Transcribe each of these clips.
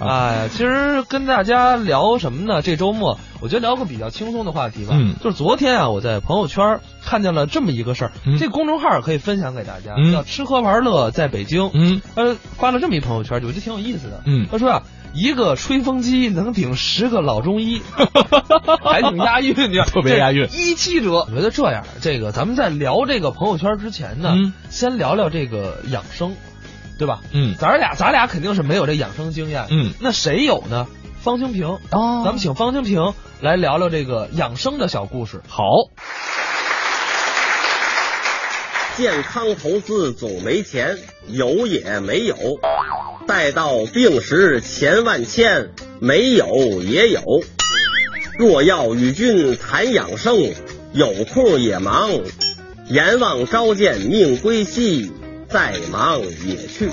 哎呀，其实跟大家聊什么呢？这周末我觉得聊个比较轻松的话题吧。就是昨天啊，我在朋友圈看见了这么一个事儿，这公众号可以分享给大家，叫吃喝玩乐在北京。发了这么一朋友圈，我觉得挺有意思的。他说啊，一个吹风机能顶10个老中医，还挺押韵，你特别押韵。 17者，我觉得这样，这个咱们在聊这个朋友圈之前呢，先聊聊这个养生，对吧？咱俩肯定是没有这养生经验。那谁有呢？方清平。咱们请方清平来聊聊这个养生的小故事。 好。 健康投资总没钱，有也没有，待到病时钱万千，没有也有。若要与君谈养生，有空也忙，阎王召见命归西，再忙也去。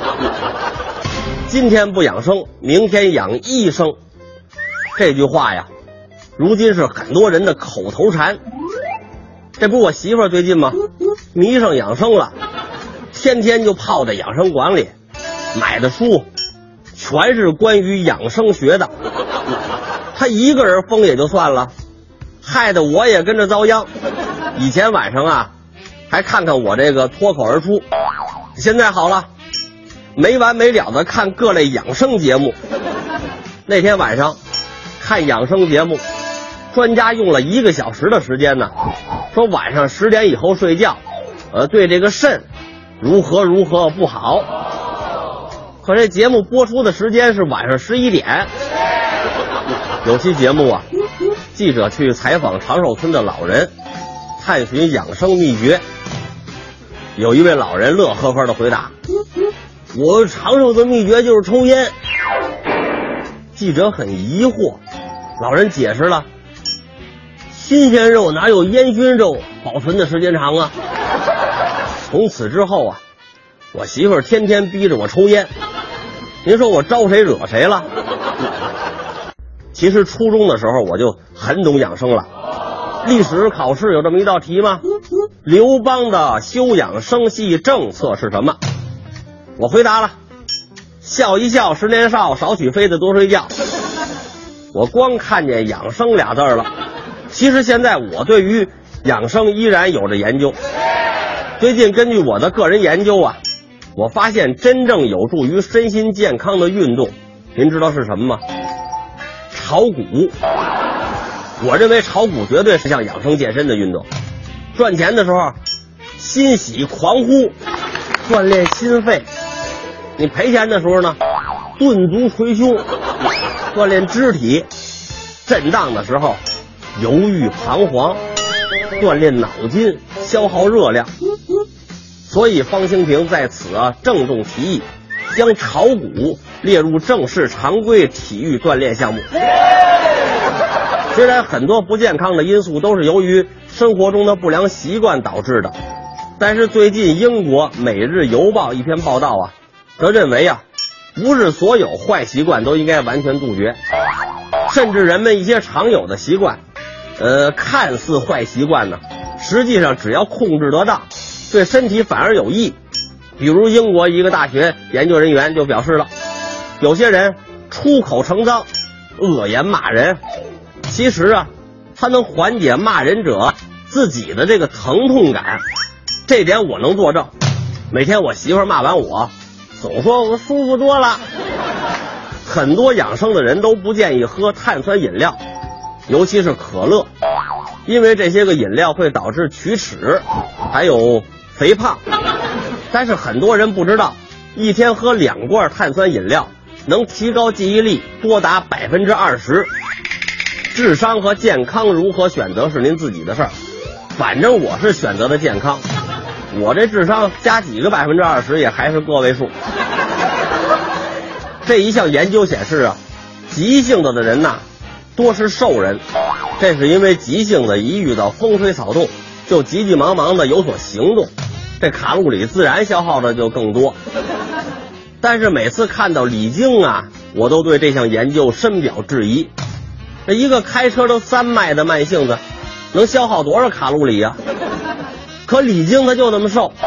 今天不养生，明天养医生，这句话呀，如今是很多人的口头禅。这不我媳妇儿最近吗，迷上养生了，天天就泡在养生馆里，买的书全是关于养生学的。她一个人疯也就算了，害得我也跟着遭殃。以前晚上啊还看看我这个脱口而出，现在好了，没完没了的看各类养生节目。那天晚上看养生节目，专家用了1个小时的时间呢，说晚上10点以后睡觉，对这个肾如何不好。可这节目播出的时间是晚上11点。有期节目啊，记者去采访长寿村的老人，探寻养生秘诀。有一位老人乐呵呵的回答：我长寿的秘诀就是抽烟。记者很疑惑，老人解释了，新鲜肉哪有烟熏肉保存的时间长啊。从此之后啊，我媳妇儿天天逼着我抽烟，您说我招谁惹谁了？其实初中的时候我就很懂养生了。历史考试有这么一道题吗？刘邦的休养生息政策是什么？我回答了，笑一笑10年少，少许妃子多睡觉。我光看见养生俩字了。其实现在我对于养生依然有着研究。最近根据我的个人研究啊，我发现真正有助于身心健康的运动，您知道是什么吗？炒股。我认为炒股绝对是项养生健身的运动。赚钱的时候欣喜狂呼，锻炼心肺；你赔钱的时候呢，顿足捶胸，锻炼肢体；震荡的时候犹豫彷徨，锻炼脑筋，消耗热量。所以方清平在此郑重提议，将炒股列入正式常规体育锻炼项目。虽然很多不健康的因素都是由于生活中的不良习惯导致的，但是最近英国《每日邮报》一篇报道啊，则认为啊，不是所有坏习惯都应该完全杜绝，甚至人们一些常有的习惯，看似坏习惯呢，实际上只要控制得当，对身体反而有益。比如英国一个大学研究人员就表示了，有些人出口成脏，恶言骂人，其实啊，它能缓解骂人者自己的这个疼痛感，这点我能作证。每天我媳妇骂完我，总说我舒服多了。很多养生的人都不建议喝碳酸饮料，尤其是可乐，因为这些个饮料会导致龋齿，还有肥胖。但是很多人不知道，一天喝2罐碳酸饮料能提高记忆力多达20%。智商和健康如何选择是您自己的事儿，反正我是选择的健康，我这智商加几个20%也还是个位数。这一项研究显示啊，急性子的人呐，多是瘦人，这是因为急性子一遇到风吹草动就急急忙忙的有所行动，这卡路里自然消耗的就更多。但是每次看到李菁啊，我都对这项研究深表质疑。这一个开车都3迈的慢性子，能消耗多少卡路里呀？可李菁他就那么瘦。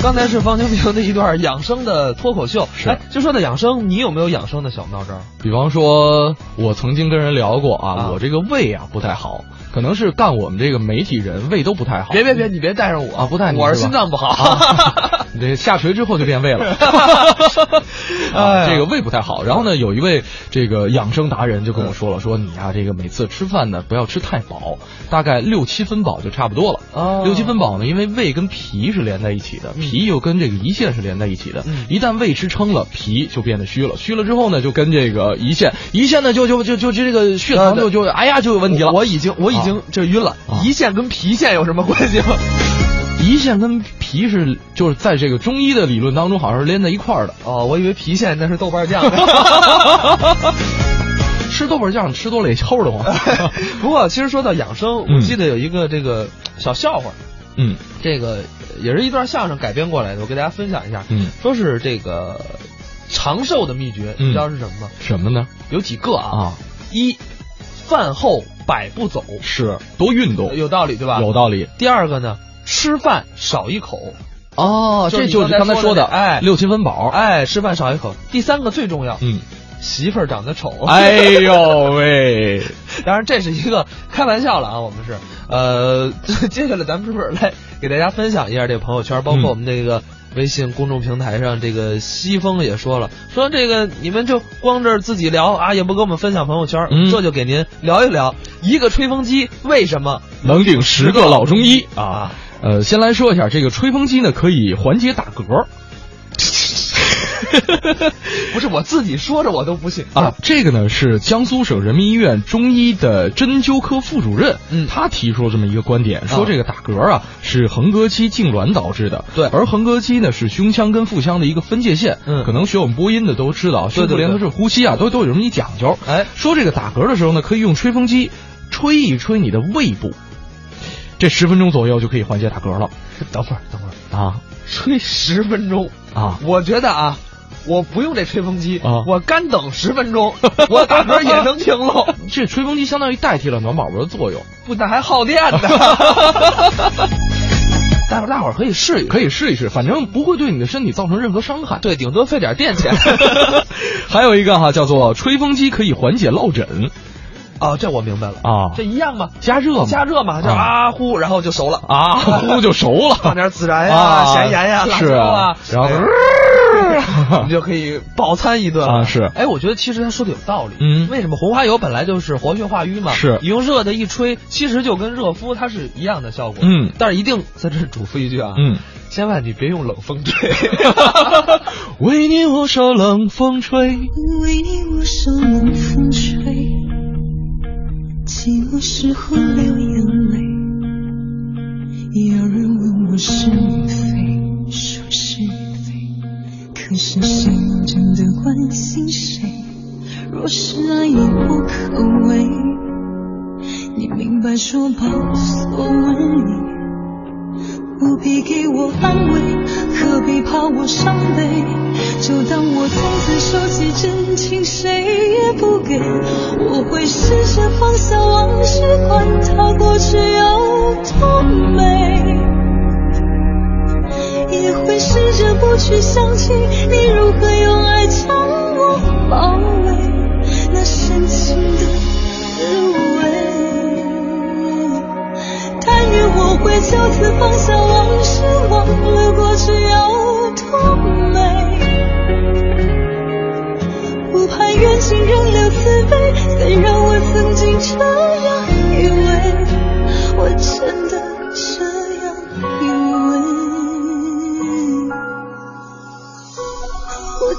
刚才是方清平的一段养生的脱口秀。 是， 就说到养生，你有没有养生的小妙招？ 比方说，我曾经跟人聊过啊，我这个胃啊不太好，可能是干我们这个媒体人胃都不太好。 别，你别带上我啊，不带你， 我是心脏不好。 你这下垂之后就变胃了。这个胃不太好。然后呢，有一位这个养生达人就跟我说了，说你啊，这个每次吃饭呢不要吃太饱，大概6、7分饱就差不多了。6、7分饱呢，因为胃跟脾是连在一起的，脾又跟这个胰腺是连在一起的。一旦胃吃撑了，脾就变得虚了，虚了之后呢，就跟这个胰腺呢就这个血糖就哎呀就有问题了。 我已经这晕了。胰腺跟脾腺有什么关系吗？ 胰腺跟脾就是在这个中医的理论当中好像是连在一块儿的。 哦，我以为脾腺那是豆瓣酱。 吃豆瓣酱吃多了也齁得慌。 不过其实说到养生，我记得有一个这个小笑话，这个也是一段相声改编过来的，我给大家分享一下。说是这个长寿的秘诀，你知道是什么吗？ 什么呢？ 有几个啊？一，饭后百步走， 是多运动， 有道理对吧？ 有道理。 第二个呢，吃饭少一口。 哦，这就是刚才说的，6、7分饱。 吃饭少一口。第三个最重要，媳妇儿长得丑。 哎呦喂！ 当然这是一个开玩笑了啊，我们是接下来咱们是不是来给大家分享一下这个朋友圈，包括我们这个微信公众平台上，这个西风也说了，说这个你们就光这自己聊啊，也不跟我们分享朋友圈，这就给您聊一聊一个吹风机为什么能顶10个老中医啊。先来说一下这个吹风机呢，可以缓解打嗝。 不是我自己说着我都不信啊！这个呢是江苏省人民医院中医的针灸科副主任，他提出了这么一个观点，说这个打嗝啊是横膈肌痉挛导致的。 对， 而横膈肌呢是胸腔跟腹腔的一个分界线。可能学我们播音的都知道，胸部联合式呼吸啊，都有这么一讲究。说这个打嗝的时候呢，可以用吹风机吹一吹你的胃部，这10分钟左右就可以缓解打嗝了。 等会儿啊， 吹10分钟啊？ 我觉得啊，我不用这吹风机啊， 我干等10分钟，我打嗝也能停喽。 这吹风机相当于代替了暖宝宝的作用， 不但还耗电呢。大伙儿可以试一试，反正不会对你的身体造成任何伤害。 对，顶多费点电钱。 还有一个哈，叫做吹风机可以缓解落枕。 哦，这我明白了啊， 这一样嘛， 加热嘛， 就呼，然后就熟了啊，呼就熟了， 放点孜然呀、咸盐呀、辣椒啊， 然后你就可以饱餐一顿啊。是， 我觉得其实他说的有道理。为什么红花油本来就是活血化瘀嘛？ 是， 你用热的一吹，其实就跟热敷它是一样的效果。但是一定在这嘱咐一句啊，千万你别用冷风吹。 为你我受冷风吹， 为你我受冷风吹。寂寞时候流眼泪，有人问我是与非，说是与非，可是谁真的关心谁？若是爱已无可为，你明白说吧，无所谓。不必给我安慰，何必怕我伤悲？就当我从此收起真情，谁也不给。我会试着放下往事，管它过去有多美，也会试着不去想起你如何用爱将我包围，那深情的滋味。但愿我会就此放下往事，忘了过去有多美，不怕缘尽仍留慈悲。虽然我曾经这样以为，我真的这样以为。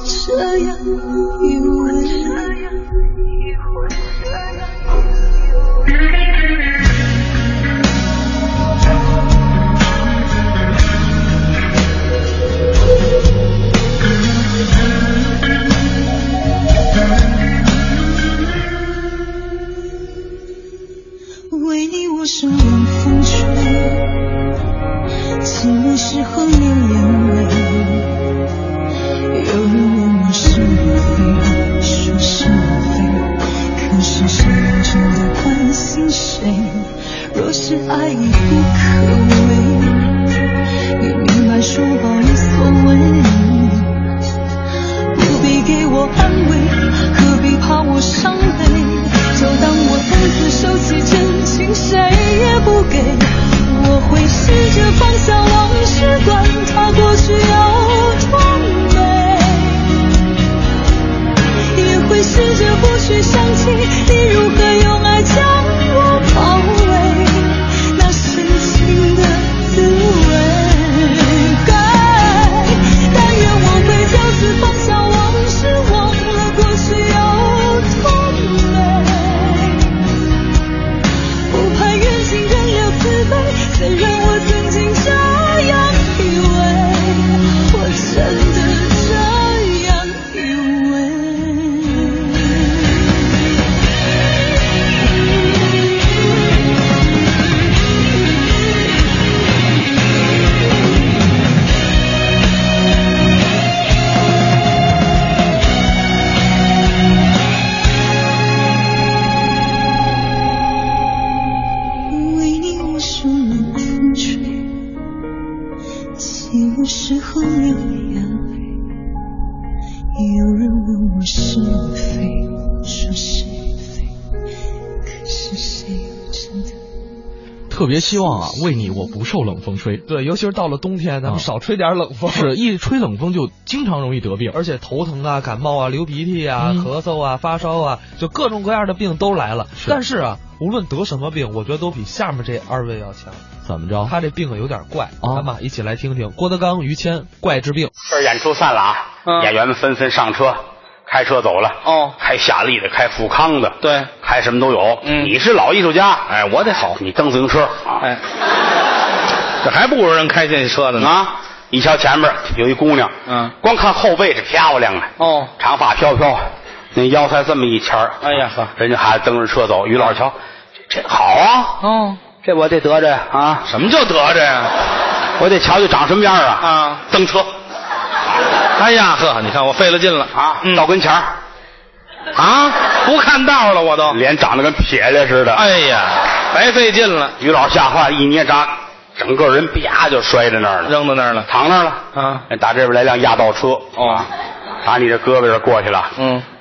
的时候流眼泪，有人问我是非，说是非，可是谁真的特别希望啊，为你我不受冷风吹。 对，尤其是到了冬天，咱们少吹点冷风。 是一吹冷风就经常容易得病， 而且头疼啊、感冒啊、流鼻涕啊、咳嗽啊、发烧啊，就各种各样的病都来了。但是啊，无论得什么病，我觉得都比下面这二位要强。 怎么着？ 他这病有点怪，咱们一起来听听郭德纲、于谦怪治病。 这演出散了啊，演员们纷纷上车。开车走了开夏利的，开富康的， 对， 开什么都有。你是老艺术家， 哎，我得好， 你蹬自行车哎，这还不如人开进车的呢啊！一瞧前面有一姑娘，光看后背是漂亮啊，长发飘飘，那腰才这么一圈哎呀呵， 人家孩子蹬着车走，于老师瞧，这好啊，这我得得着啊！ 什么叫得着呀？ 我得瞧瞧长什么样啊！蹬车。 哎呀呵，你看我费了劲了啊！到跟前儿啊，不看道了，我都脸长得跟撇了似的。 哎呀，白费劲了。 于老师吓坏了，一捏闸，整个人啪就摔在那儿了， 扔到那儿了， 躺那儿了。 啊！ 打这边来辆压道车，打你这胳膊这过去了。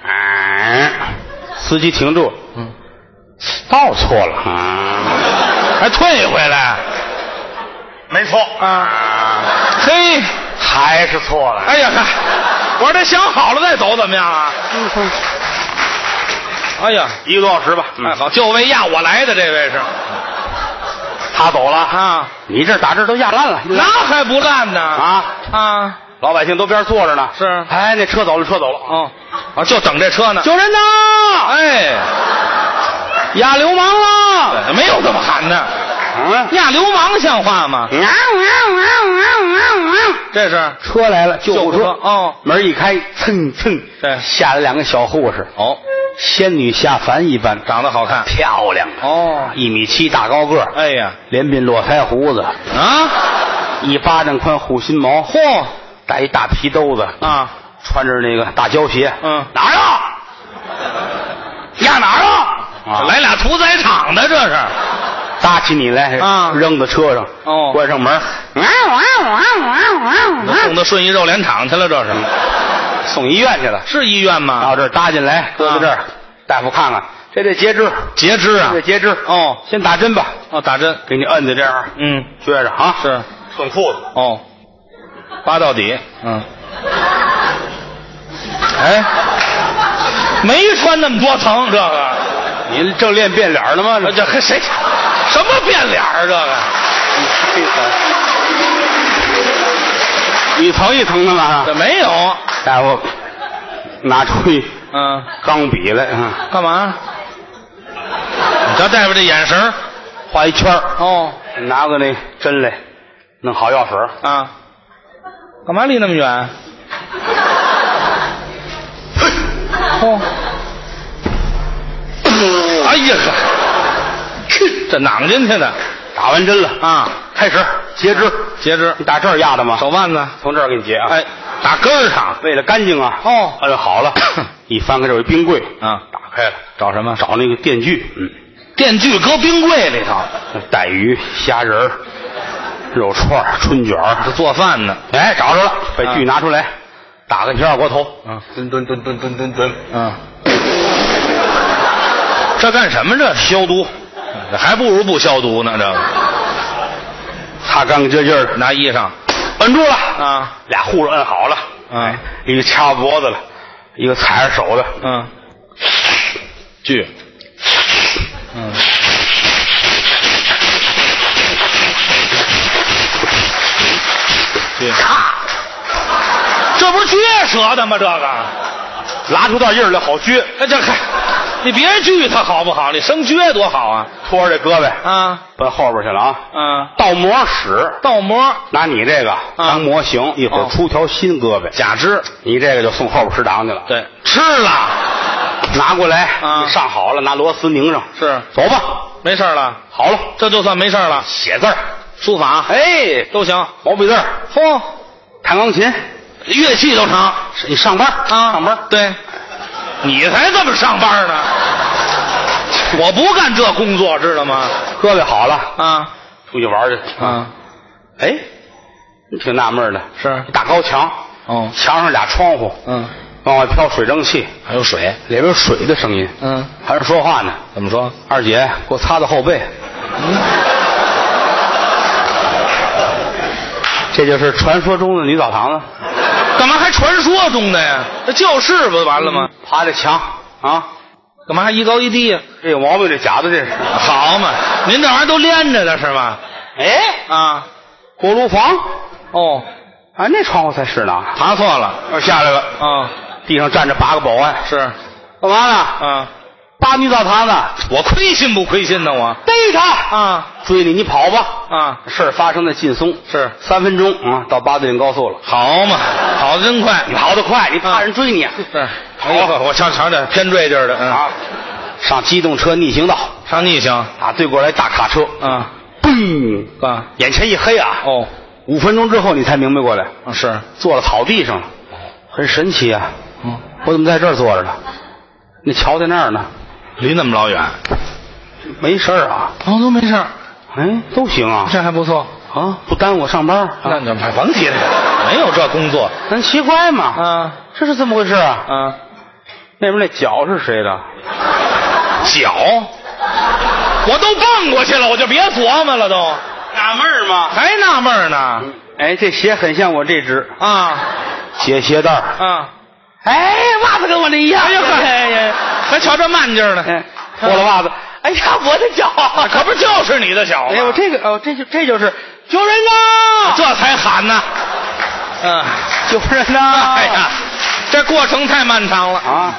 司机停住，道错了， 还退回来， 没错啊。嘿。 还是错了。 哎呀，我说这想好了再走怎么样啊？哎呀 ，1个多小时吧。 哎，好，就为压我来的这位是。 他走了啊， 你这打这都压烂了， 那还不烂呢？啊， 老百姓都边坐着呢。 是， 哎，那车走了，车走了。 就等这车呢。 救人呐！ 哎， 压流氓了！ 没有这么喊的。压流氓像话吗？这是车来了，救护车门一开，蹭蹭， 对， 下来2个小护士，仙女下凡一般， 长得好看， 漂亮，1.7米大高个， 哎呀， 连鬓络腮胡子啊 ，1巴掌宽护心毛， 嚯， 带一大皮兜子啊， 穿着那个大胶鞋，哪儿啊？压哪儿啊？ 来俩屠宰场的这是。 搭起你来扔到车上，关上门， 送到顺义肉联厂去了，这是送医院去了。 是医院吗？ 到这儿搭进来，搁在这儿，大夫看看，这得截肢啊，这截肢先打针吧。 打针， 给你摁在这儿，撅着啊， 是穿裤子扒到底，哎，没穿那么多层，这个你正练变脸呢吗？ 这还谁？什么变脸这个？ 一层一层的嘛。 这没有。 大夫拿出一钢笔来干嘛？你瞧大夫这眼神， 画一圈拿个那针来，弄好药水干嘛离那么远？哎呀呵！这攮进去的， 打完针了开始截肢，你打这儿压的吗？ 手腕子从这儿给你截哎，打根儿上， 为了干净摁好了，一翻开这有一冰柜打开了， 找什么？ 找那个电锯， 电锯搁冰柜里头， 带鱼、虾仁、肉串、春卷， 这做饭呢。 哎，找着了，把锯拿出来，打个2锅头，蹲， 这干什么？这消毒，还不如不消毒呢。这个擦干干净净的， 拿衣裳摁住了俩护士摁好了一个掐脖子了，一个踩着手的锯这不是撅舌的吗？这个拉出段印来好撅。 这你别锯它好不好？你生撅多好啊！ 拖着这胳膊奔后边去了倒模使， 倒模拿你这个当模型，一会儿出条新胳膊假肢， 你这个就送后边食堂去了。 对，吃了， 拿过来上好了，拿螺丝拧上， 是走吧， 没事了， 好了， 这就算没事了。 写字儿、 书法， 哎， 都行， 毛笔字儿，弹钢琴， 乐器都成。 你上班上班， 对，你才这么上班呢。我不干这工作，知道吗？ 胳膊好了出去玩去哎， 挺纳闷的， 是大高墙， 哦， 墙上俩窗户，往外飘水蒸气， 还有水， 里边有水的声音，还是说话呢？ 怎么说？ 二姐，给我擦擦后背。这就是传说中的女澡堂子。 干嘛还传说中的呀？这就是不完了吗？ 爬这墙啊， 干嘛还一高一低呀？ 这有毛病，这假的这是。 好嘛，您这玩意儿都连着的是吗？ 哎啊， 锅炉房哦， 啊，那窗户才是呢， 爬错了， 又下来了啊， 地上站着8个保安， 是干嘛呢？ 啊， 扒女澡堂子， 我亏心不亏心呢？我逮他啊， 追你，你跑吧啊！ 事儿发生在劲松， 是 3分钟啊，到八达岭高速了。 好嘛，跑得真快， 你跑得快，你怕人追你？ 是，哎呦，我瞧这偏坠劲儿的啊！上机动车逆行道， 上逆行啊，对过来大卡车， 啊， 嘣啊， 眼前一黑啊！ 哦 ，5分钟之后你才明白过来， 是坐了草地上了，很神奇啊！我怎么在这儿坐着呢？那桥在那儿呢， 离那么老远， 没事儿啊？ 哦，都没事儿， 哎，都行啊， 这还不错啊，不耽误我上班。 那你甭提了，没有这工作， 很奇怪嘛。 啊， 这是怎么回事啊？ 啊， 那边那脚是谁的？ 脚，我都蹦过去了，我就别琢磨了都。 纳闷吗？ 还纳闷呢？ 哎，这鞋很像我这只啊， 解鞋带啊。 哎，袜子跟我这一样。 哎呀呵，还瞧这慢劲儿呢。 脱了袜子，哎呀，我的脚， 可不就是你的脚吗？ 哎呦，这个哦，这就是救人呐！ 这才喊呢。 救人呐！ 哎呀，这过程太漫长了啊！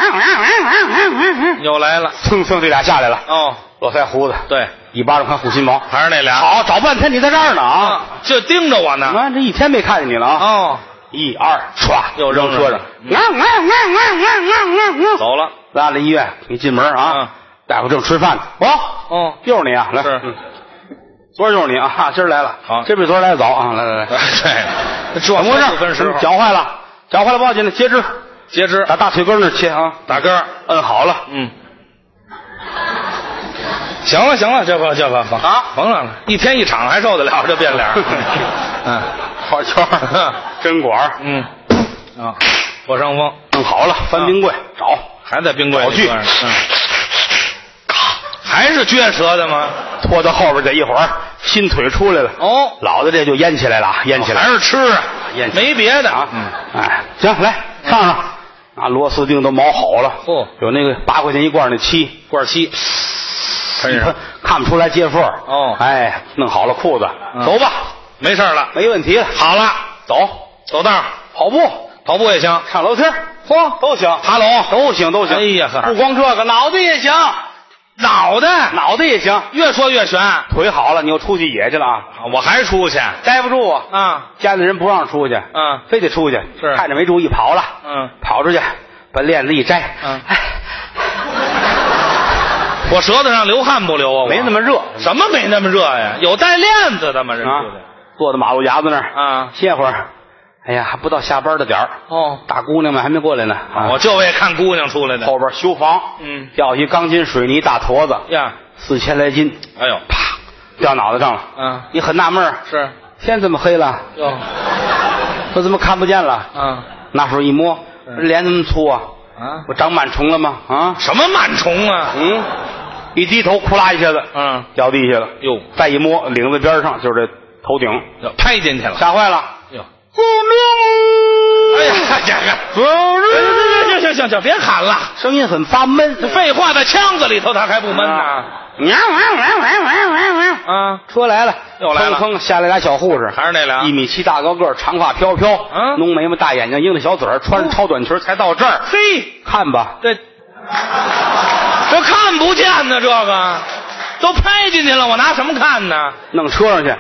又来了， 蹭蹭这俩下来了。 哦， 络腮胡子， 对， 一巴掌看护心毛， 还是那俩。 好，找半天你在这儿呢啊！ 就盯着我呢。 啊，这一天没看见你了啊！ 哦 ，1、2，唰， 又扔车上， 走了， 拉到医院，你进门啊！大夫正吃饭呢。哦，又是你啊！来， 是， 昨儿就是你啊！今儿来了， 好， 这比昨儿来的早啊！来， 对， 怎么回事？ 不分时候， 脚坏了，不要紧的，截肢，打大腿根那切啊， 打根摁好了， 行了，这个啊，甭了，一天一场还受得了这变脸？ 画圈，针管， 破伤风， 弄好了，翻冰柜找， 还在冰柜里锯， 还是撅舌的吗？ 拖到后边这一会儿，新腿出来了。哦，老子这就淹起来了，淹起来还是吃啊，没别的啊。 哎，行，来上上，啊，螺丝钉都铆好了。有那个8块钱一罐那漆， 罐漆， 看不出来接缝。哦，哎，弄好了裤子，走吧， 没事了， 没问题了。 好了，走道， 跑步也行，上楼梯，都行， 爬楼都行。 哎呀呵， 不光这个，脑袋也行。脑袋也行， 越说越悬。 腿好了，你又出去野去了啊！ 我还出去， 待不住啊！家里人不让出去，非得出去。 是看着没注意跑了，跑出去把链子一摘， 我舌头上流汗不流啊？ 没那么热， 什么没那么热呀？有带链子的吗？人坐在马路牙子那儿歇会儿。哎呀，还不到下班的点儿大姑娘们还没过来呢。 我就为看姑娘出来的。 后边修房，掉一钢筋水泥大坨子呀 ，4000来斤。 哎呦， 啪，掉脑袋上了。你很纳闷是天这么黑了，我怎么看不见了？拿手一摸，脸怎么粗啊？我长螨虫了吗？ 什么螨虫啊？ 一低头，呼啦一下子，掉地下了。哟，再一摸，领子边上就是这头顶， 拍进去了， 吓坏了。 哟。哎呀，行，别喊了， 声音很发闷。 废话，在腔子里头，它还不闷呢。 车来了， 又来了， 砰下来俩小护士， 还是那俩 ，1.7米大高个，长发飘飘，浓眉毛大眼睛，鹰着小嘴儿，穿着超短裙才到这儿。 嘿， 看吧， 这看不见呢，这个都拍进去了，我拿什么看呢？ 弄车上去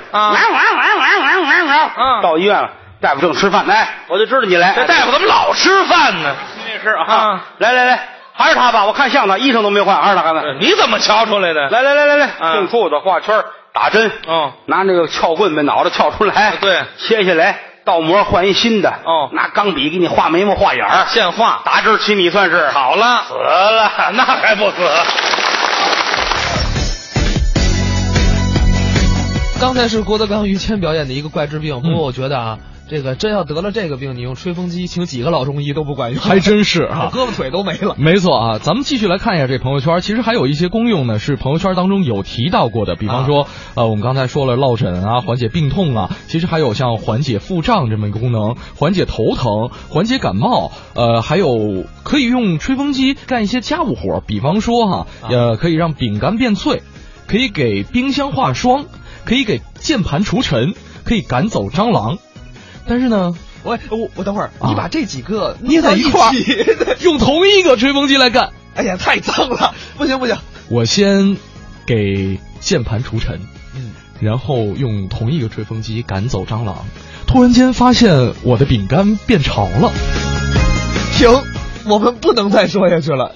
到医院了。大夫正吃饭，我就知道你来。 这大夫怎么老吃饭呢？ 没吃啊！来，还是他吧？我看像他，衣裳都没换，还是他呢？ 你怎么瞧出来的？ 来，钉裤子，画圈，打针。拿那个撬棍把脑袋撬出来， 对， 切下来，倒模换一新的。拿钢笔给你画眉毛、画眼儿， 现画。 打这儿起你算是好了， 死了， 那还不死？ 刚才是郭德纲、于谦表演的一个怪治病，不过我觉得啊，这个真要得了这个病，你用吹风机请几个老中医都不管用， 还真是啊， 胳膊腿都没了。 没错啊，咱们继续来看一下这朋友圈，其实还有一些功用呢，是朋友圈当中有提到过的，比方说，我们刚才说了落枕啊，缓解病痛啊，其实还有像缓解腹胀这么一个功能，缓解头疼，缓解感冒，还有可以用吹风机干一些家务活，比方说可以让饼干变脆，可以给冰箱化霜，可以给键盘除尘，可以赶走蟑螂。但是呢， 我等会儿，你把这几个捏在一块儿，用同一个吹风机来干， 哎呀，太脏了，不行。 我先给键盘除尘，然后用同一个吹风机赶走蟑螂。突然间发现我的饼干变潮了。 停，我们不能再说下去了。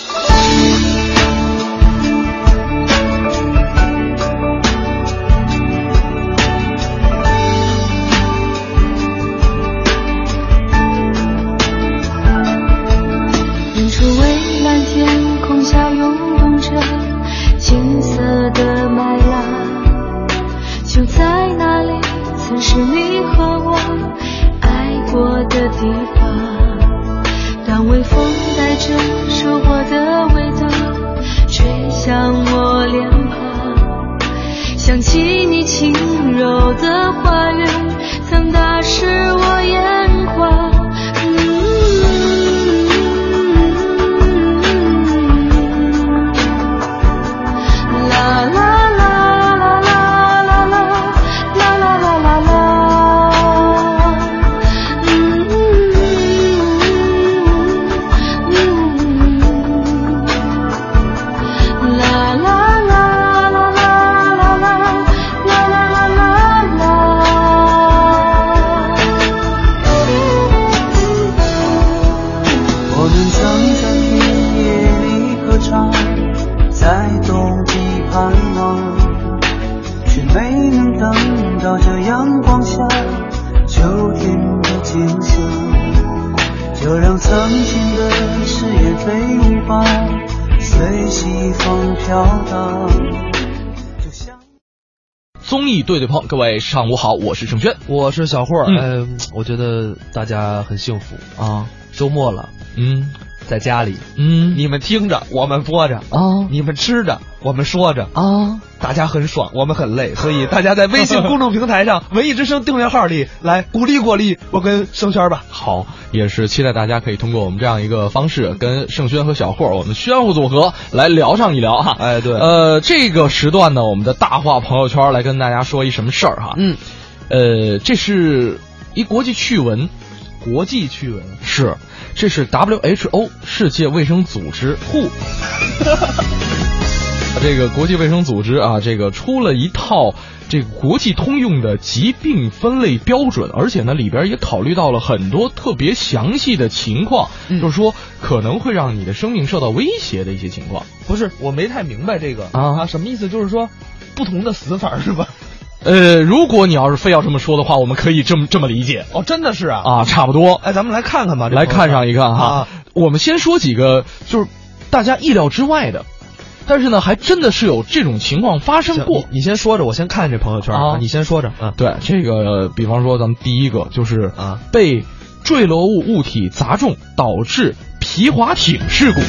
下涌动着金色的麦浪，就在那里曾是你和我爱过的地方。当微风带着收获的味道吹向我脸庞，想起你轻柔的花语曾打湿我眼眶。 综艺对对碰，各位上午好，我是盛轩， 我是小霍。我觉得大家很幸福啊，周末了，在家里，你们听着，我们播着啊，你们吃着，我们说着啊，大家很爽，我们很累，所以大家在微信公众平台上文艺之声订阅号里来鼓励我跟盛轩吧。 好，也是期待大家可以通过我们这样一个方式跟盛轩和小霍我们宣互组合来聊上一聊哈。 哎，对， 这个时段呢，我们的大话朋友圈来跟大家说一什么事儿哈。这是一国际趣闻，是。这是 WHO 世界卫生组织这个国际卫生组织啊，这个出了一套这个国际通用的疾病分类标准，而且呢里边也考虑到了很多特别详细的情况，就是说可能会让你的生命受到威胁的一些情况。 不是，我没太明白这个什么意思？就是说不同的死法是吧？ 如果你要是非要这么说的话，我们可以这么理解。 哦，真的是啊， 差不多。 哎，咱们来看看吧， 来看上一看哈。我们先说几个就是大家意料之外的，但是呢，还真的是有这种情况发生过。 你先说着，我先看这朋友圈啊。你先说着。 对，这个比方说咱们第一个就是被坠落物体砸中导致皮划艇事故。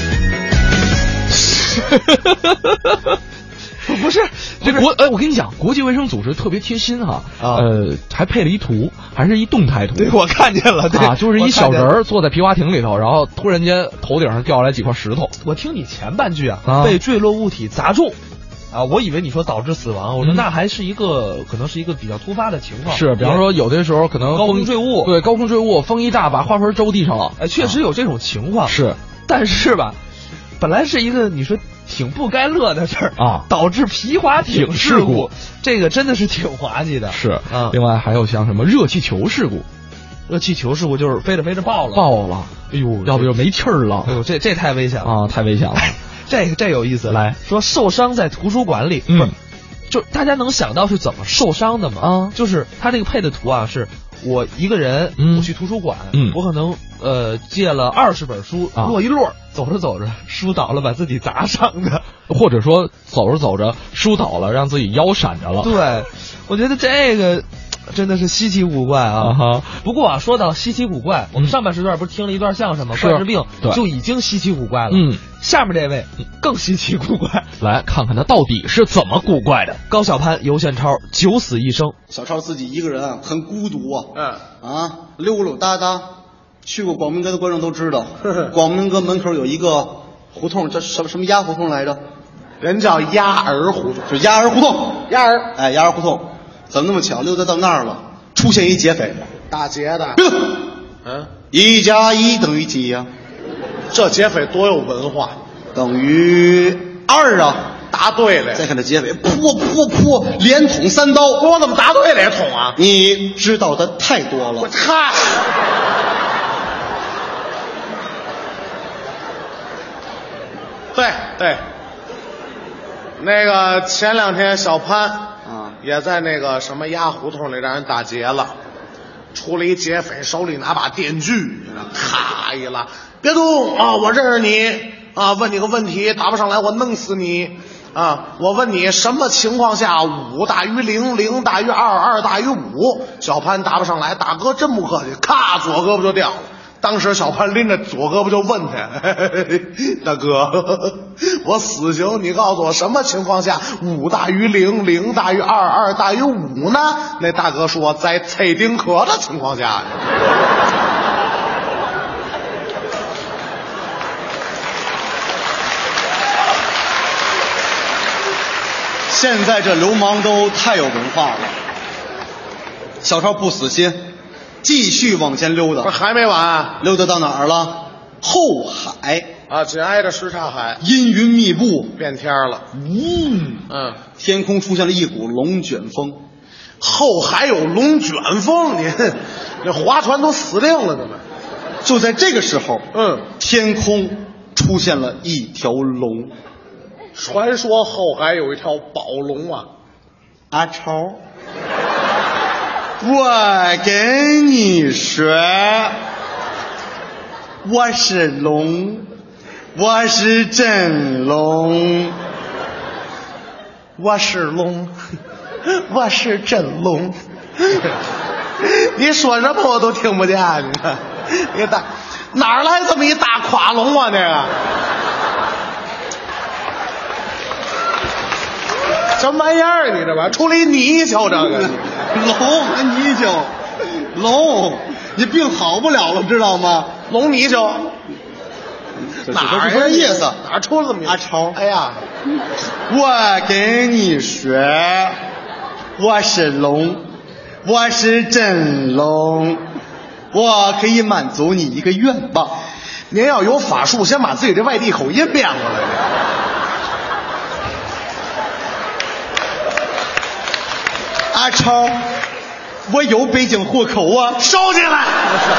不是这我跟你讲，国际卫生组织特别贴心哈，还配了一图，还是一动态图。 对，我看见了，对， 就是一小人坐在皮划艇里头，然后突然间头顶上掉下来几块石头。 我听你前半句被坠落物体砸中。我以为你说导致死亡，我说那还是可能是一个比较突发的情况。 是，比方说有的时候可能高空坠物， 对，高空坠物，风一大把花盆周地上了。 哎，确实有这种情况。 是， 但是吧，本来是一个你说挺不该乐的事儿导致皮划艇事故，这个真的是挺滑稽的。 是另外还有像什么热气球事故， 热气球事故就是飞着飞着爆了， 哎呦，要不就没气儿了。 哎呦，这太危险了太危险了。 这有意思。 来说受伤在图书馆里， 就大家能想到是怎么受伤的吗？啊，就是他这个配的图啊，是我一个人，我去图书馆，我可能借了20本书，摞一摞，走着走着书倒了，把自己砸伤的， 或者说走着走着书倒了，让自己腰闪着了。 对，我觉得这个真的是稀奇古怪啊！不过啊，说到稀奇古怪，我们上半时段不是听了一段相声吗？怪治病就已经稀奇古怪了。下面这位更稀奇古怪， 来看看他到底是怎么古怪的。 高晓攀、尤宪超九死一生。 小超自己一个人啊，很孤独啊。溜溜达达，去过广明阁的观众都知道，广明阁门口有一个胡同，叫什么鸭胡同来着？ 人叫鸭儿胡同， 就鸭儿胡同。 鸭儿， 哎，鸭儿胡同。怎么那么巧？溜达到那儿了，出现一劫匪， 打劫的。 1加1等于几呀？ 这劫匪多有文化， 等于2啊！ 答对了。 再看这劫匪，噗，连捅3刀。 我怎么答对连捅啊？ 你知道的太多了。 我擦！对，那个前2天小潘也在那个什么鸭胡同里让人打劫了，出了一劫匪，手里拿把电锯，咔一拉，别动啊！我认识你啊！问你个问题，答不上来我弄死你啊！我问你什么情况下5大于0， 0大于2， 2大于5？小潘答不上来，大哥真不客气，咔左胳膊就掉了。当时小潘拎着左胳膊就问他：“大哥，我死刑，你告诉我什么情况下5大于0， 0大于2， 2大于5呢？”那大哥说：“在蔡丁壳的情况下。” 现在这流氓都太有文化了。小超不死心，继续往前溜达。 不是还没完？ 溜达到哪儿了？后海啊，紧挨着什刹海， 阴云密布， 变天了。 天空出现了一股龙卷风。 后海有龙卷风，你这划船都死定了，怎么？ 就在这个时候，天空出现了一条龙。 传说后海有一条宝龙啊！ 阿超，我跟你说，我是龙，我是真龙， 我是龙，我是真龙。你说什么我都听不见，你看，你大哪儿来这么一大夸龙啊？这个。什么玩意儿？你这玩意儿出了一泥鳅，这个龙和泥鳅，龙，你病好不了了，知道吗？ 龙泥鳅，哪儿这意思？ 哪出了这么阿超？ 哎呀， 我跟你说，我是龙，我是真龙，我可以满足你一个愿望。 您要有法术，先把自己这外地口音变过来。 阿超，我有北京户口啊， 收起来！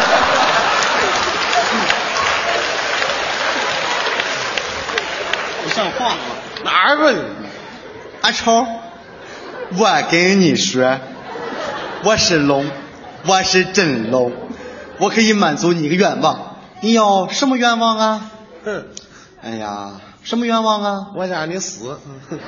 不像话了， 哪儿吧你？ 阿超，我跟你说，我是龙，我是真龙，我可以满足你一个愿望。你有什么愿望啊？哎呀，什么愿望啊？ 我想让你死。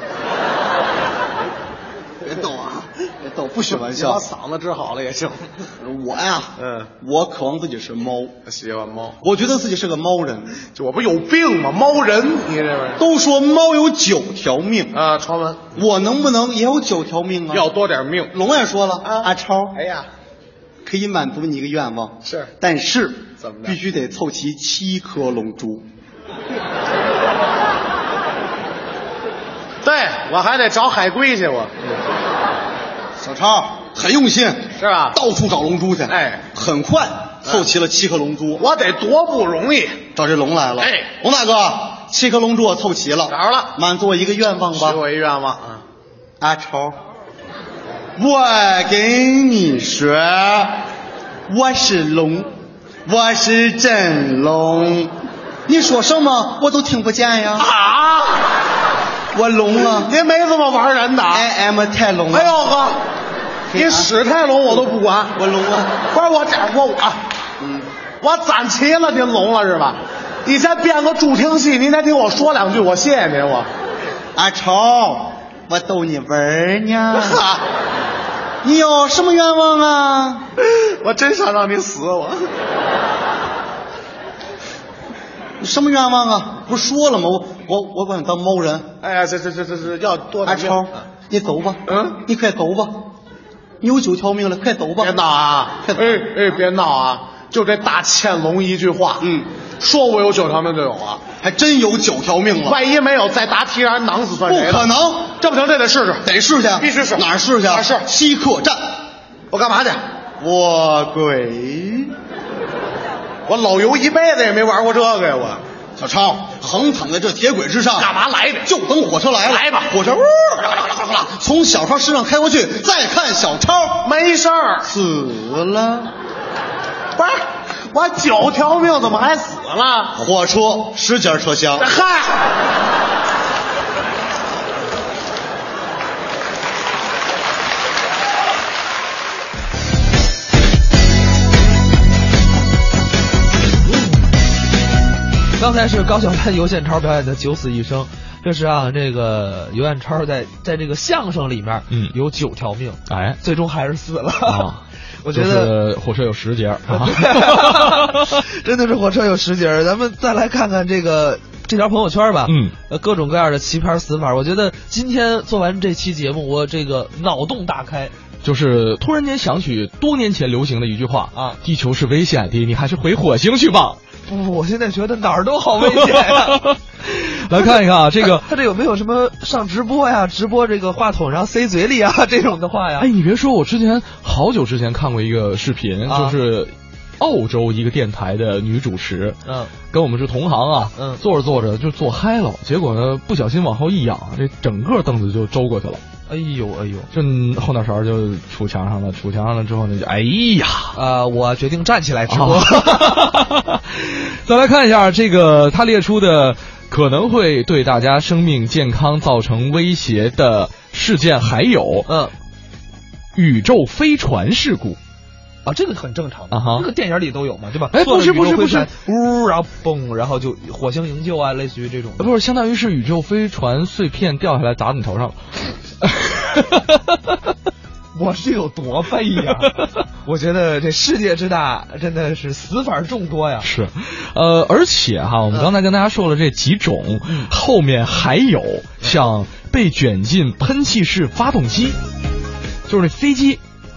别逗啊！别逗，不许玩笑。 把嗓子治好了也行。 我呀，我渴望自己是猫， 喜欢猫。 我觉得自己是个猫人。 就我不有病吗？猫人，你这玩意都说猫有9条命啊，传闻。 我能不能也有9条命啊？ 要多点命。 龙也说了啊，阿超， 哎呀， 可以满足你一个愿望， 是， 但是怎么必须得凑齐7颗龙珠。 对，我还得找海龟去，我。 小超很用心， 是吧？ 到处找龙珠去， 哎， 很快凑齐了7颗龙珠。 我得多不容易， 找这龙来了。 哎， 龙大哥，7颗龙珠我凑齐了， 找着了， 满足我一个愿望吧。 许我一愿望。 阿超，我跟你说，我是龙，我是真龙，你说什么我都听不见呀。 啊！ 我聋了。 您没这么玩人的。 I am 太聋了。 哎呦呵，你使太聋我都不管， 我聋了。 不是我攒齐了，您聋了是吧？以前编个助听器，您得听我说两句，我谢谢您。我阿超，我逗你玩呢。你有什么愿望啊？ 我真想让你死我。 什么愿望啊？不是说了吗？我管你当猫人。 哎呀，这要多阿超，你走吧。你快走吧。你有9条命了，快走吧。 别闹啊！别闹啊！就这大乾隆一句话，说我有9条命就有啊， 还真有9条命了。 万一没有，再答题让人囊死算谁的？ 不可能， 这不行，这得试试， 得试去， 必须试。 哪儿试去？ 哪儿试？ 西客站。 我干嘛去？ 卧轨。 我老游一辈子也没玩过这个呀，我。 小超横躺在这铁轨之上， 干嘛来的？ 就等火车来了。 来吧， 火车从小超身上开过去，再看小超没事儿， 死了。 不是，我9条命怎么还死了？ 火车10节车厢。 嗨。 刚才是高晓攀、尤宪超表演的《九死一生》，这是让这个尤宪超在这个相声里面，有9条命， 哎， 最终还是死了。我觉得火车有10节， 真的是火车有10节。咱们再来看看这条朋友圈吧，各种各样的奇葩死法。我觉得今天做完这期节目，我这个脑洞大开。 就是突然间想起多年前流行的一句话啊， 地球是危险的，你还是回火星去吧。 不，我现在觉得哪儿都好危险呀。 来看一看啊，这个他这有没有什么上直播呀？直播这个话筒然后塞嘴里啊这种的话呀？ 哎，你别说，我好久之前看过一个视频，就是澳洲一个电台的女主持，跟我们是同行啊，坐着坐着就坐嗨了，结果呢不小心往后一仰，这整个凳子就周过去了。 哎呦， 这后脑勺就杵墙上了之后呢，就哎呀， 我决定站起来直播。 再来看一下这个他列出的可能会对大家生命健康造成威胁的事件，还有宇宙飞船事故。 啊，这个很正常的，这个电影里都有嘛，对吧？ 哎，不是， 呜，然后嘣，然后就火星营救啊，类似于这种。 不是，相当于是宇宙飞船碎片掉下来砸你头上了。 我是有多悲呀！我觉得这世界之大，真的是死法众多呀。 是，而且哈，我们刚才跟大家说了这几种，后面还有像被卷进喷气式发动机，就是那飞机。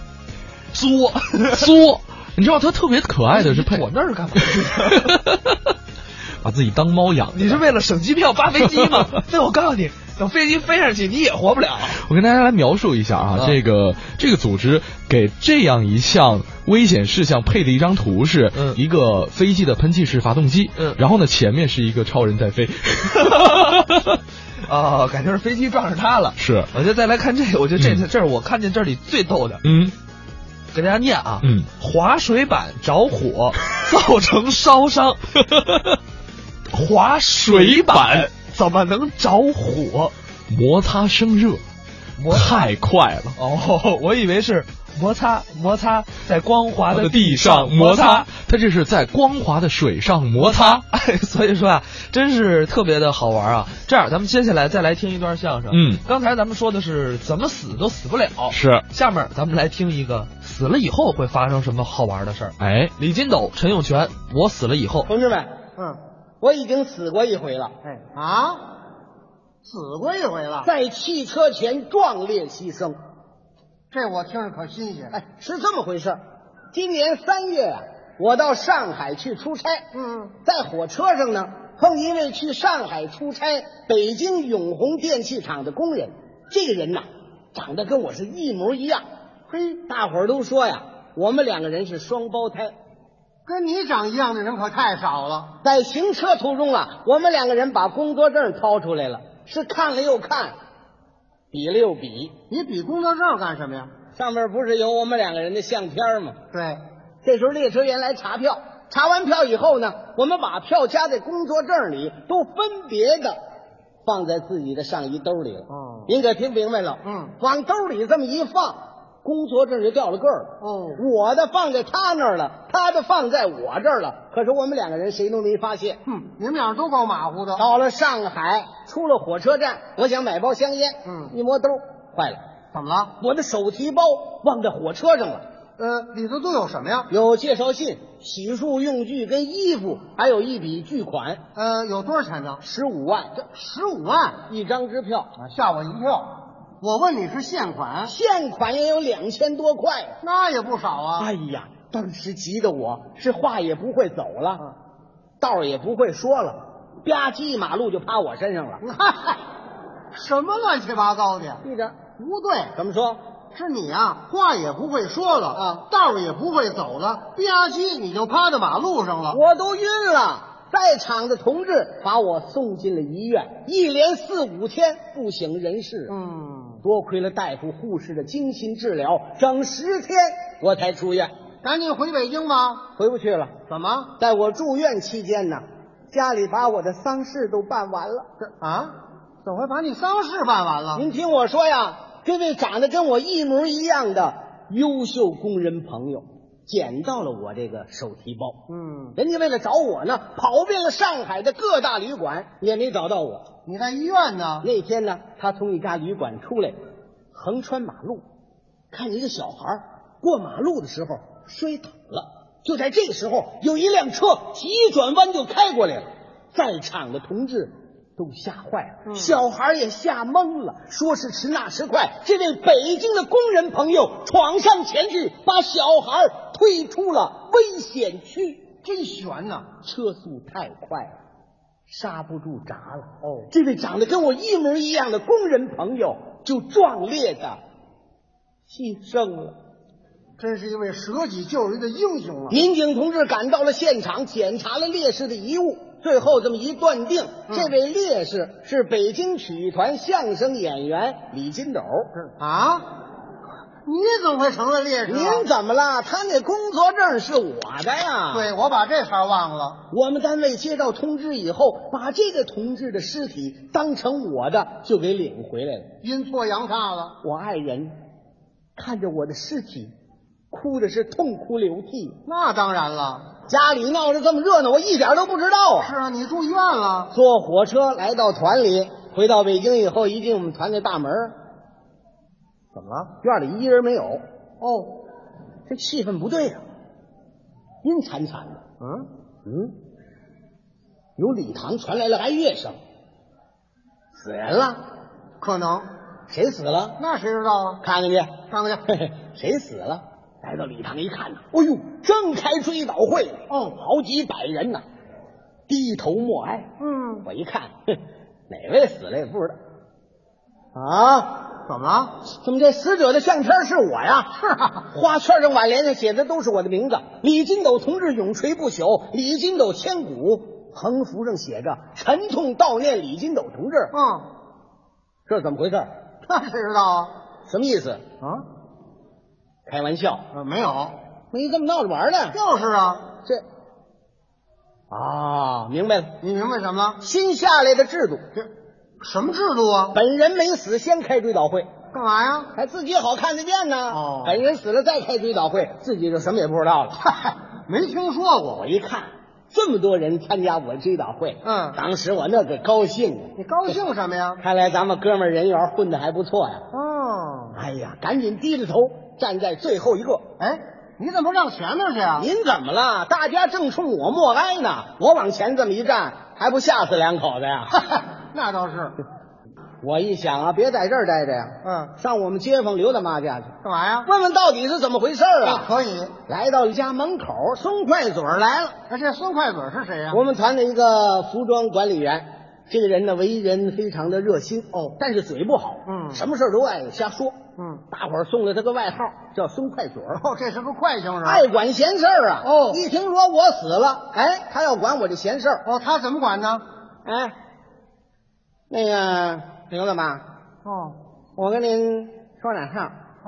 作，你知道它特别可爱的是我那儿干嘛？ 把自己当猫养？ 你是为了省机票发飞机吗？那我告诉你，等飞机飞上去，你也活不了。 我跟大家来描述一下啊，这个组织给这样一项危险事项配的一张图是一个飞机的喷气式发动机，然后呢前面是一个超人在飞。 感觉是飞机撞上它了。 是， 我就再来看这个，我觉得这是我看见这里最逗的。给大家念啊，滑水板着火造成烧伤。滑水板怎么能着火？ 摩擦生热，太快了。 我以为是摩擦在光滑的地上摩擦，它这是在光滑的水上摩擦。 所以说啊，真是特别的好玩啊。这样，咱们接下来再来听一段相声。刚才咱们说的是怎么死都死不了， 是。 下面咱们来听一个死了以后会发生什么好玩的事儿。 哎， 李金斗、陈永泉，我死了以后。 同志们，我已经死过一回了。 死过一回了， 在汽车前壮烈牺牲。 这我听着可新鲜。 是这么回事。今年3月啊，我到上海去出差。在火车上呢，碰一位去上海出差北京永宏电器厂的工人。这个人呐，长得跟我是一模一样。大伙儿都说呀，我们2个人是双胞胎。 跟你长一样的人可太少了。 在行车途中啊，我们2个人把工作证掏出来了，是看了又看，比了又比。 你比工作证干什么呀？ 上面不是有我们2个人的相片吗？ 对。 这时候列车员来查票，查完票以后呢，我们把票夹在工作证里，都分别的放在自己的上衣兜里了。哦，您可听明白了？往兜里这么一放，工作证就掉了个儿了。哦，我的放在他那儿了，他的放在我这儿了。可是我们两个人谁都没发现。 你们俩都够马虎的。 到了上海，出了火车站，我想买包香烟。一摸兜，坏了， 怎么了？ 我的手提包忘在火车上了。 里头都有什么呀？ 有介绍信、洗漱用具跟衣服，还有一笔巨款。 有多少钱呢 ？15万。 这15万一张支票， 吓我一跳。我问你是现款？ 现款也有2000多块， 那也不少啊。 哎呀，当时急得我是话也不会走了，道也不会说了，吧唧一马路就趴我身上了。 什么乱七八糟的？ 一点不对。 怎么说？ 是你啊，话也不会说了啊，道也不会走了，吧唧你就趴在马路上了。 我都晕了。在场的同志把我送进了医院，一连4、5天不省人事。多亏了大夫护士的精心治疗，整10天我才出院。 赶紧回北京吧。 回不去了。 怎么？ 在我住院期间呢，家里把我的丧事都办完了。 怎么会把你丧事办完了？ 您听我说呀，这位长得跟我一模一样的优秀工人朋友捡到了我这个手提包。人家为了找我呢，跑遍了上海的各大旅馆，也没找到我。 你在医院呢？ 那天呢，他从一家旅馆出来，横穿马路，看见一个小孩过马路的时候摔倒了。就在这个时候，有一辆车急转弯就开过来了，在场的同志都吓坏了，小孩也吓懵了，说时迟那时快，这位北京的工人朋友闯上前去，把小孩推出了危险区。 真悬呐！ 车速太快了，刹不住闸了。这位长得跟我一模一样的工人朋友就壮烈的牺牲了。 真是一位舍己救人的英雄啊！ 民警同志赶到了现场，检查了烈士的遗物，最后这么一断定，这位烈士是北京曲艺团相声演员李金斗。 你怎么会成了烈士？ 您怎么了？他那工作证是我的呀。 对，我把这茬忘了。 我们单位接到通知以后，把这个同志的尸体当成我的就给领回来了。 阴错阳差了。 我爱人看着我的尸体哭的是痛哭流涕。 那当然了， 家里闹得这么热闹，我一点都不知道啊。 是啊，你住医院了。 坐火车来到团里，回到北京以后，一进我们团的大门，怎么了？院里一人没有。这气氛不对啊，阴惨惨的。由礼堂传来了哀乐声。死人了？ 可能。 谁死了？ 那谁知道啊？ 看看去， 看看去。 谁死了？来到礼堂一看，哎呦，正开追悼会，好几百人呢，低头默哀。我一看，哪位死了也不知道。 怎么了？ 怎么这死者的相片是我呀？ 是啊， 花圈上挽联上写的都是我的名字，李金斗同志永垂不朽，李金斗千古。横幅上写着沉痛悼念李金斗同志。这是怎么回事？ 那谁知道啊？ 什么意思开玩笑。 没有， 没这么闹着玩的。 就是啊， 明白了。 你明白什么了？ 新下来的制度。 什么制度啊？ 本人没死先开追悼会。 干嘛呀？ 还自己好看得见呢。本人死了再开追悼会，自己就什么也不知道了。 没听说过。 我一看这么多人参加我的追悼会，当时我那个高兴。 你高兴什么呀？ 看来咱们哥们人缘混得还不错呀。哎呀，赶紧低着头站在最后一个。 你怎么不让前面去啊？ 您怎么了？大家正冲我默哀呢，我往前这么一站，还不吓死两口子呀？ 那倒是。 我一想别在这儿待着呀，上我们街坊刘大妈家去。 干嘛呀？ 问问到底是怎么回事啊？ 可以。 来到了家门口，松快嘴来了。 这松快嘴是谁呀？ 我们团的一个服装管理员。这个人呢，为人非常的热心但是嘴不好，什么事都爱瞎说。大伙儿送了他个外号叫松快嘴。 这是个快性人， 爱管闲事儿啊。一听说我死了，他要管我这闲事儿。 他怎么管呢？ 那个刘大妈，我跟您说两号。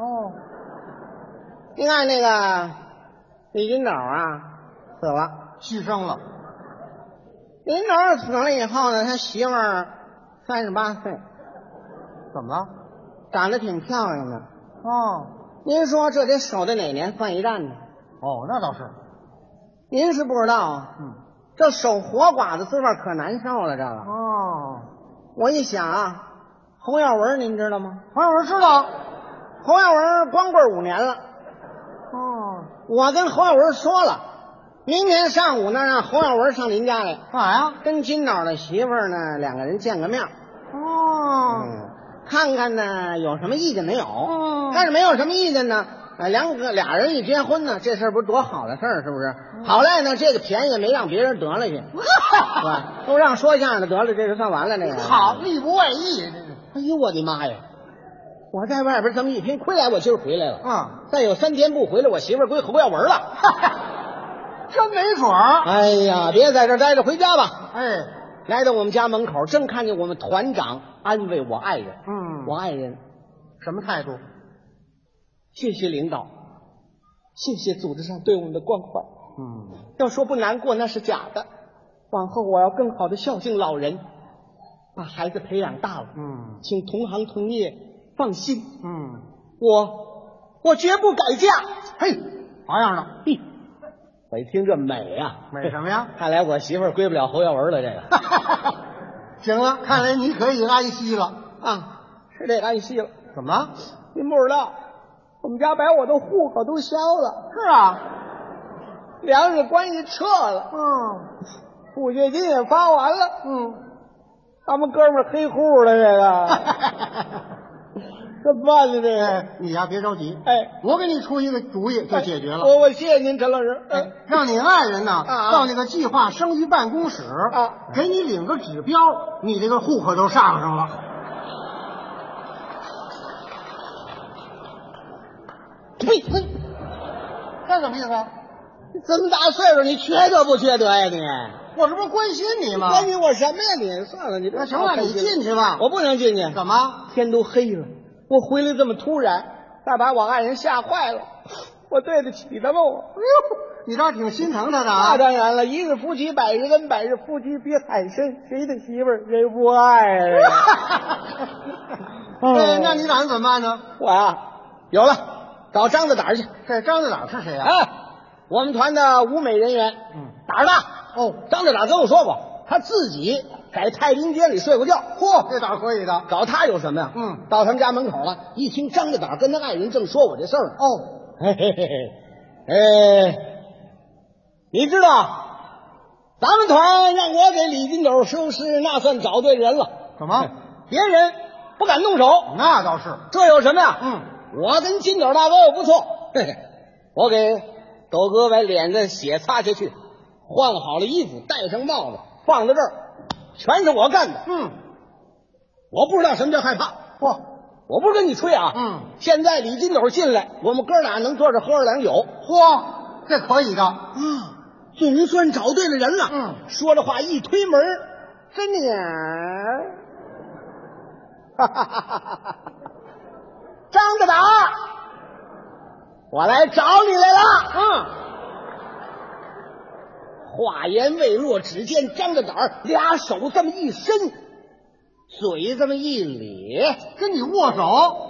您看那个李金斗死了， 牺牲了。 李金斗死了以后呢，他媳妇儿 38岁， 怎么了？ 长得挺漂亮的。 哦， 您说这得守到哪年算一战呢？ 哦，那倒是。 您是不知道啊，这守活寡的滋味可难受了。这个哦， 我一想啊，侯耀文您知道吗？ 侯耀文知道。 侯耀文光棍5年了。 哦， 我跟侯耀文说了，明天上午呢，让侯耀文上您家来。 干啥呀？ 跟金导的媳妇儿呢2个人见个面。 哦， 看看呢有什么意见没有？但是没有什么意见呢。俩人一结婚呢，这事儿不是多好的事儿，是不是？好赖呢，这个便宜也没让别人得了去，是吧？都让说相声的得了，这就算完了。这个好，力不外意。 哎呦，我的妈呀！我在外边这么一拼，亏来我今儿回来了。再有3天不回来，我媳妇儿归侯耀文了。 真没准儿。 哎呀，别在这儿待着，回家吧。 哎， 来到我们家门口，正看见我们团长安慰我爱人。我爱人什么态度？ 谢谢领导，谢谢组织上对我们的关怀。要说不难过那是假的，往后我要更好的孝敬老人，把孩子培养大了。请同行同业放心。我绝不改嫁。 嘿，好样的！ 我一听这美啊， 美什么呀？ 看来我媳妇儿归不了侯耀文了。这个行了，看来你可以安息了啊！是得安息了。 怎么了？ 您不知道，我们家把我的户口都销了。 是啊， 粮食关系撤了。补血金也发完了。他们哥们儿黑户了，这个怎么办呢？这个你呀别着急， 哎， 我给你出一个主意就解决了。 我谢谢您，陈老师。 让你爱人呢到那个计划生育办公室给你领个指标，你这个户口就上了。 呸！ 这什么意思？ 你这么大岁数，你缺德不缺德呀你？ 我这不是关心你吗？ 关心我什么呀你？算了，你那行了，你进去吧。 我不能进去。 怎么？ 天都黑了，我回来这么突然，再把我爱人吓坏了，我对得起他吗？我你倒挺心疼他的啊。 那当然了，一日夫妻百日恩，百日夫妻比海深，谁的媳妇儿谁不爱啊？ 那你打算怎么办呢？ 我呀，有了，找张大胆去。 这张大胆是谁啊？ 我们团的舞美人员。胆儿大。张大胆跟我说过，他自己在太平间里睡过觉。 嚯，这胆可以的。 找他有什么呀？到他们家门口了，一听张大胆跟他爱人正说我这事儿呢。你知道咱们团让我给李金斗收尸，那算找对人了。 怎么？ 别人不敢动手。 那倒是。 这有什么呀？我跟金斗大哥我不错。我给斗哥把脸的血擦下去，换好了衣服，戴上帽子，放在这儿，全是我干的。我不知道什么叫害怕。我不是跟你吹啊。现在李金斗进来，我们哥俩能坐着喝2酒。 嚯，这可以的。 总算找对了人了。说着话一推门，真的呀，张大胆，我来找你来了。话言未落，只见张大胆俩手这么一伸，嘴这么一咧， 跟你握手。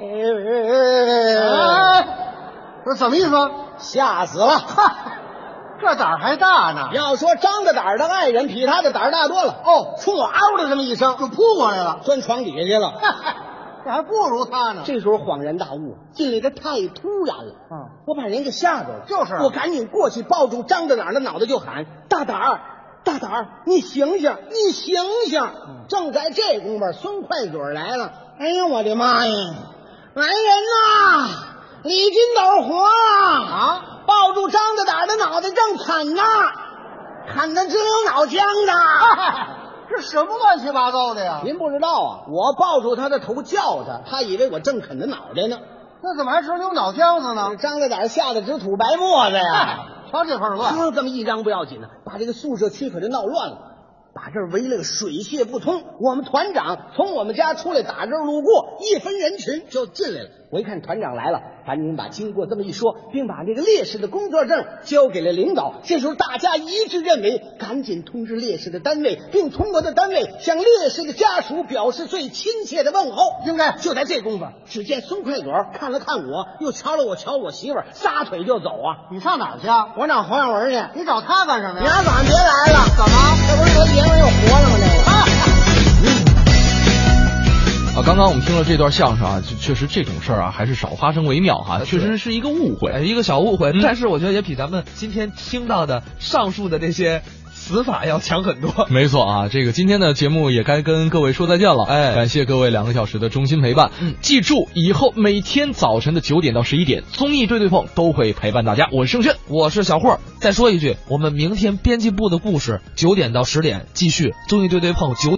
这什么意思？ 吓死了。 这胆儿还大呢。 要说张大胆的爱人比他的胆儿大多了。冲我嗷的这么一声就扑过来了， 钻床底下去了。 这还不如他呢。 这时候恍然大悟，进来的太突然了。我把人给吓着了。 就是， 我赶紧过去抱住张大胆的脑袋就喊：大胆儿，大胆儿，你醒醒，你醒醒！正在这功夫，孙快嘴来了。哎呦我的妈呀！来人呐！李金斗活了！抱住张大胆的脑袋正砍呢，砍的直流脑浆的。 这什么乱七八糟的呀？ 您不知道啊，我抱住他的头叫他，他以为我正啃他脑袋呢。 那怎么还直流脑浆子呢？ 张大胆吓得直吐白沫子呀！ 瞧这份乱。 这么一嚷不要紧呢，把这个宿舍区可就闹乱了。 把这儿围了个水泄不通。我们团长从我们家出来，打这儿路过，一分人群就进来了。我一看团长来了，赶紧把经过这么一说，并把这个烈士的工作证交给了领导。这时候大家一致认为，赶紧通知烈士的单位，并从我的单位向烈士的家属表示最亲切的问候。应该就在这功夫，只见孙快朵看了看我，又瞧了我媳妇儿，撒腿就走啊！ 你上哪儿去啊？ 我找黄小文去。 你找他干什么呀？ 明儿早上别来了。 怎么？ 这不是得结婚又活了吗？这个。 刚刚我们听了这段相声啊，确实这种事儿啊还是少发生为妙哈，确实是一个误会， 一个小误会。但是我觉得也比咱们今天听到的上述的这些死法要强很多。 没错啊，这个今天的节目也该跟各位说再见了。感谢各位2个小时的衷心陪伴。记住以后每天早晨的9点到11点，综艺对对碰都会陪伴大家。我是盛轩， 我是小霍。再说一句，我们明天编辑部的故事9点到10点继续，综艺对对碰9